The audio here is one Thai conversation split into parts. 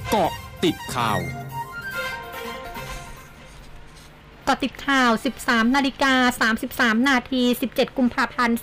เกาะติดข่าวเกาะติดข่าว 13:33 นาที 17 กุมภาพันธ์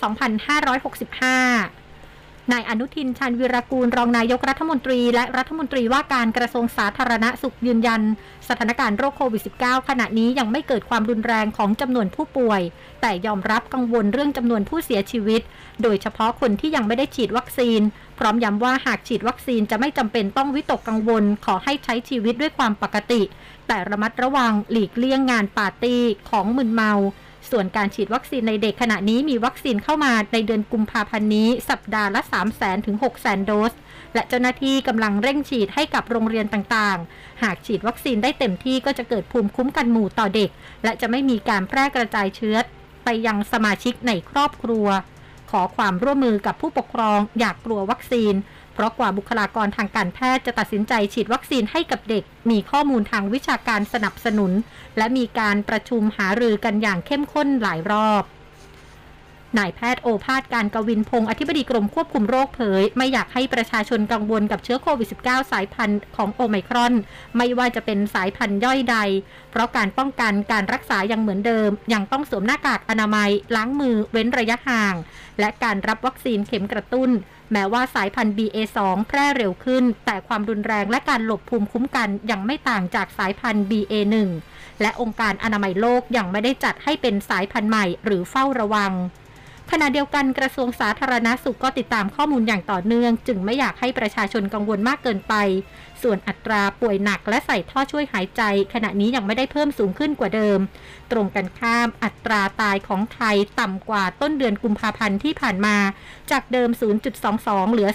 2565 นายอนุทิน ชาญวีรกูลรองนายกรัฐมนตรีและรัฐมนตรีว่าการกระทรวงสาธารณสุขยืนยันสถานการณ์โรคโควิด -19 ขณะนี้ยังไม่เกิดความรุนแรงของจำนวนผู้ป่วยแต่ยอมรับกังวลเรื่องจำนวนผู้เสียชีวิตโดยเฉพาะคนที่ยังไม่ได้ฉีดวัคซีนพร้อมย้ำว่าหากฉีดวัคซีนจะไม่จำเป็นต้องวิตกกังวลขอให้ใช้ชีวิตด้วยความปกติแต่ระมัดระวังหลีกเลี่ยงงานปาร์ตี้ของมึนเมาส่วนการฉีดวัคซีนในเด็กขณะนี้มีวัคซีนเข้ามาในเดือนกุมภาพันธ์นี้สัปดาห์ละ 300,000 ถึง 600,000 โดสและเจ้าหน้าที่กำลังเร่งฉีดให้กับโรงเรียนต่างๆหากฉีดวัคซีนได้เต็มที่ก็จะเกิดภูมิคุ้มกันหมู่ต่อเด็กและจะไม่มีการแพร่กระจายเชื้อไปยังสมาชิกในครอบครัวขอความร่วมมือกับผู้ปกครองอย่ากลัววัคซีนเพราะกว่าบุคลากรทางการแพทย์จะตัดสินใจฉีดวัคซีนให้กับเด็กมีข้อมูลทางวิชาการสนับสนุนและมีการประชุมหารือกันอย่างเข้มข้นหลายรอบนายแพทย์โอภาสการกวินพงศ์อธิบดีกรมควบคุมโรคเผยไม่อยากให้ประชาชนกังวลกับเชื้อโควิด -19 สายพันธุ์ของโอไมครอนไม่ว่าจะเป็นสายพันธุ์ย่อยใดเพราะการป้องกันการรักษายังเหมือนเดิมยังต้องสวมหน้ากากอนามัยล้างมือเว้นระยะห่างและการรับวัคซีนเข็มกระตุ้นแม้ว่าสายพันธุ์ BA2 แพร่เร็วขึ้นแต่ความรุนแรงและการหลบภูมิคุ้มกันยังไม่ต่างจากสายพันธุ์ BA1 และองค์การอนามัยโลกยังไม่ได้จัดให้เป็นสายพันธุ์ใหม่หรือเฝ้าระวังขณะเดียวกันกระทรวงสาธารณสุขก็ติดตามข้อมูลอย่างต่อเนื่องจึงไม่อยากให้ประชาชนกังวลมากเกินไปส่วนอัตราป่วยหนักและใส่ท่อช่วยหายใจขณะนี้ยังไม่ได้เพิ่มสูงขึ้นกว่าเดิมตรงกันข้ามอัตราตายของไทยต่ำกว่าต้นเดือนกุมภาพันธ์ที่ผ่านมาจากเดิม 0.22 เหลือ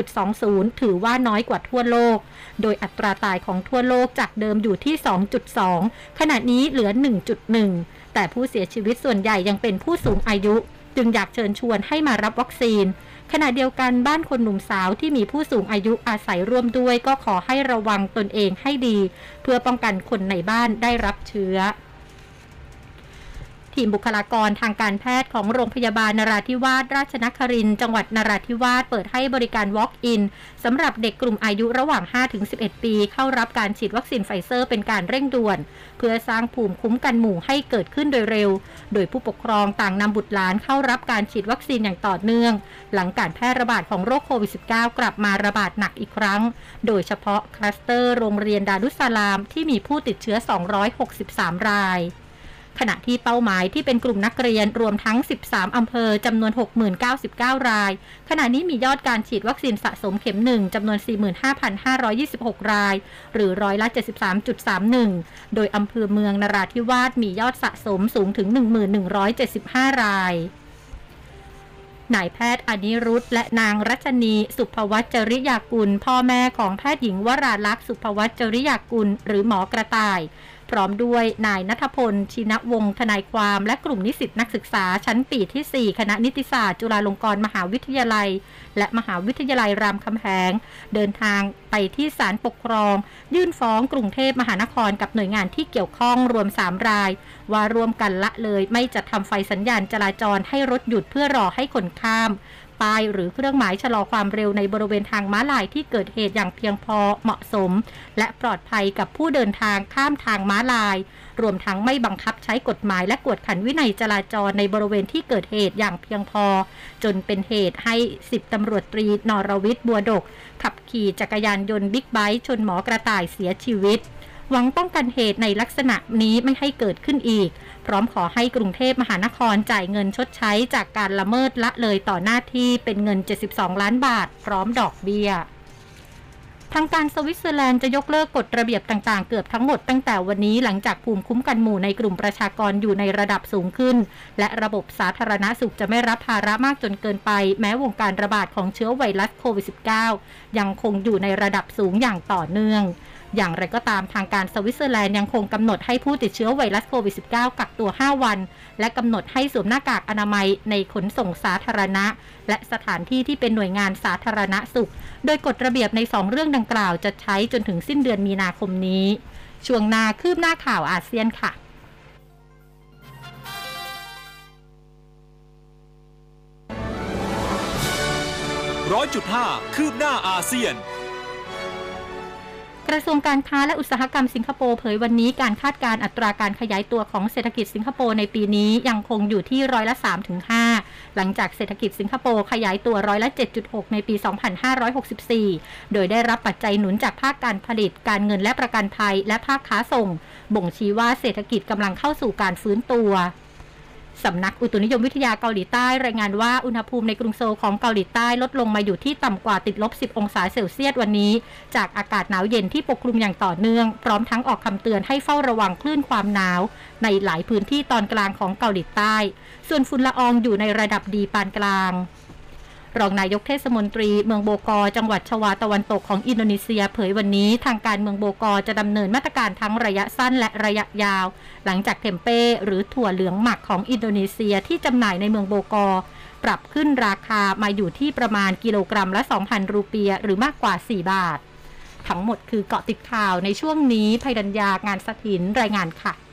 0.20 ถือว่าน้อยกว่าทั่วโลกโดยอัตราตายของทั่วโลกจากเดิมอยู่ที่ 2.2 ขณะนี้เหลือ 1.1 แต่ผู้เสียชีวิตส่วนใหญ่ยังเป็นผู้สูงอายุจึงอยากเชิญชวนให้มารับวัคซีนขณะเดียวกันบ้านคนหนุ่มสาวที่มีผู้สูงอายุอาศัยร่วมด้วยก็ขอให้ระวังตนเองให้ดีเพื่อป้องกันคนในบ้านได้รับเชื้อทีมบุคลากรทางการแพทย์ของโรงพยาบาลนราธิวาสราชนครินทร์จังหวัดนราธิวาสเปิดให้บริการ Walk-in สำหรับเด็กกลุ่มอายุระหว่าง 5-11 ปีเข้ารับการฉีดวัคซีนไฟเซอร์เป็นการเร่งด่วนเพื่อสร้างภูมิคุ้มกันหมู่ให้เกิดขึ้นโดยเร็วโดยผู้ปกครองต่างนำบุตรหลานเข้ารับการฉีดวัคซีนอย่างต่อเนื่องหลังการแพร่ระบาดของโรคโควิด -19 กลับมาระบาดหนักอีกครั้งโดยเฉพาะคลัสเตอร์โรงเรียนดารุสสลามที่มีผู้ติดเชื้อ 263 รายขณะที่เป้าหมายที่เป็นกลุ่มนักเรียนรวมทั้ง13อำเภอจำนวน 60,099 รายขณะนี้มียอดการฉีดวัคซีนสะสมเข็ม1จำนวน 45,526 รายหรือร้อยละ 73.31 โดยอำเภอเมืองนราธิวาสมียอดสะสมสูงถึง 1175 รายนายแพทย์อนิรุตและนางรัชนีสุภวัชจริยากุลพ่อแม่ของแพทย์หญิงวราลักษณ์สุภวัชจริยากุลหรือหมอกระต่ายพร้อมด้วยนายณัฐพลชินวงศ์ทนายความและกลุ่มนิสิตนักศึกษาชั้นปีที่4คณะนิติศาสตร์จุฬาลงกรณ์มหาวิทยาลัยและมหาวิทยาลัยรามคำแหงเดินทางไปที่ศาลปกครองยื่นฟ้องกรุงเทพมหานครกับหน่วยงานที่เกี่ยวข้องรวม3รายว่าร่วมกันละเลยไม่จัดทำไฟสัญญาณจราจรให้รถหยุดเพื่อรอให้คนข้ามป้ายหรือเครื่องหมายชะลอความเร็วในบริเวณทางม้าลายที่เกิดเหตุอย่างเพียงพอเหมาะสมและปลอดภัยกับผู้เดินทางข้ามทางม้าลายรวมทั้งไม่บังคับใช้กฎหมายและกวดขันวินัยจราจรในบริเวณที่เกิดเหตุอย่างเพียงพอจนเป็นเหตุให้10ตำรวจตรีนรวิทย์บัวดกขับขี่จักรยานยนต์บิ๊กไบค์ชนหมอกระต่ายเสียชีวิตหวังป้องกันเหตุในลักษณะนี้ไม่ให้เกิดขึ้นอีกพร้อมขอให้กรุงเทพมหานครจ่ายเงินชดใช้จากการละเมิดละเลยต่อหน้าที่เป็นเงิน72ล้านบาทพร้อมดอกเบี้ยทางการสวิตเซอร์แลนด์จะยกเลิกกฎระเบียบต่างๆเกือบทั้งหมดตั้งแต่วันนี้หลังจากภูมิคุ้มกันหมู่ในกลุ่มประชากรอยู่ในระดับสูงขึ้นและระบบสาธารณสุขจะไม่รับภาระมากจนเกินไปแม้วงการระบาดของเชื้อไวรัสโควิด -19 ยังคงอยู่ในระดับสูงอย่างต่อเนื่องอย่างไรก็ตามทางการสวิตเซอร์แลนด์ยังคงกำหนดให้ผู้ติดเชื้อไวรัสโควิด -19 กักตัว5วันและกำหนดให้สวมหน้ากากอนามัยในขนส่งสาธารณะและสถานที่ที่เป็นหน่วยงานสาธารณสุขโดยกฎระเบียบใน2เรื่องดังกล่าวจะใช้จนถึงสิ้นเดือนมีนาคมนี้ช่วงหน้าคืบหน้าข่าวอาเซียนค่ะ 100.5 คืบหน้าอาเซียนกระทรวงการค้าและอุตสาหกรรมสิงคโปร์เผยวันนี้การคาดการณ์อัตราการขยายตัวของเศรษฐกิจสิงคโปร์ในปีนี้ยังคงอยู่ที่ร้อยละ 3-5 หลังจากเศรษฐกิจสิงคโปร์ขยายตัวร้อยละ 7.6 ในปี 2564 โดยได้รับปัจจัยหนุนจากภาคการผลิตการเงินและประกันภัยและภาคค้าส่งบ่งชี้ว่าเศรษฐกิจกำลังเข้าสู่การฟื้นตัวสำนักอุตุนิยมวิทยาเกาหลีใต้รายงานว่าอุณหภูมิในกรุงโซลของเกาหลีใต้ลดลงมาอยู่ที่ต่ำกว่าติดลบ 10 องศาเซลเซียสวันนี้จากอากาศหนาวเย็นที่ปกคลุมอย่างต่อเนื่องพร้อมทั้งออกคำเตือนให้เฝ้าระวังคลื่นความหนาวในหลายพื้นที่ตอนกลางของเกาหลีใต้ส่วนฝุ่นละอองอยู่ในระดับดีปานกลางรองนายกเทศมนตรีเมืองโบกอจังหวัดชวาตะวันตกของอินโดนีเซียเผยวันนี้ทางการเมืองโบกอจะดำเนินมาตรการทั้งระยะสั้นและระยะยาวหลังจากเทมเป้หรือถั่วเหลืองหมักของอินโดนีเซียที่จำหน่ายในเมืองโบกอปรับขึ้นราคามาอยู่ที่ประมาณกิโลกรัมละ 2,000 รูเปียหรือมากกว่า4 บาททั้งหมดคือเกาะติดข่าวในช่วงนี้ภัยดัญญางานสถินรายงานค่ะ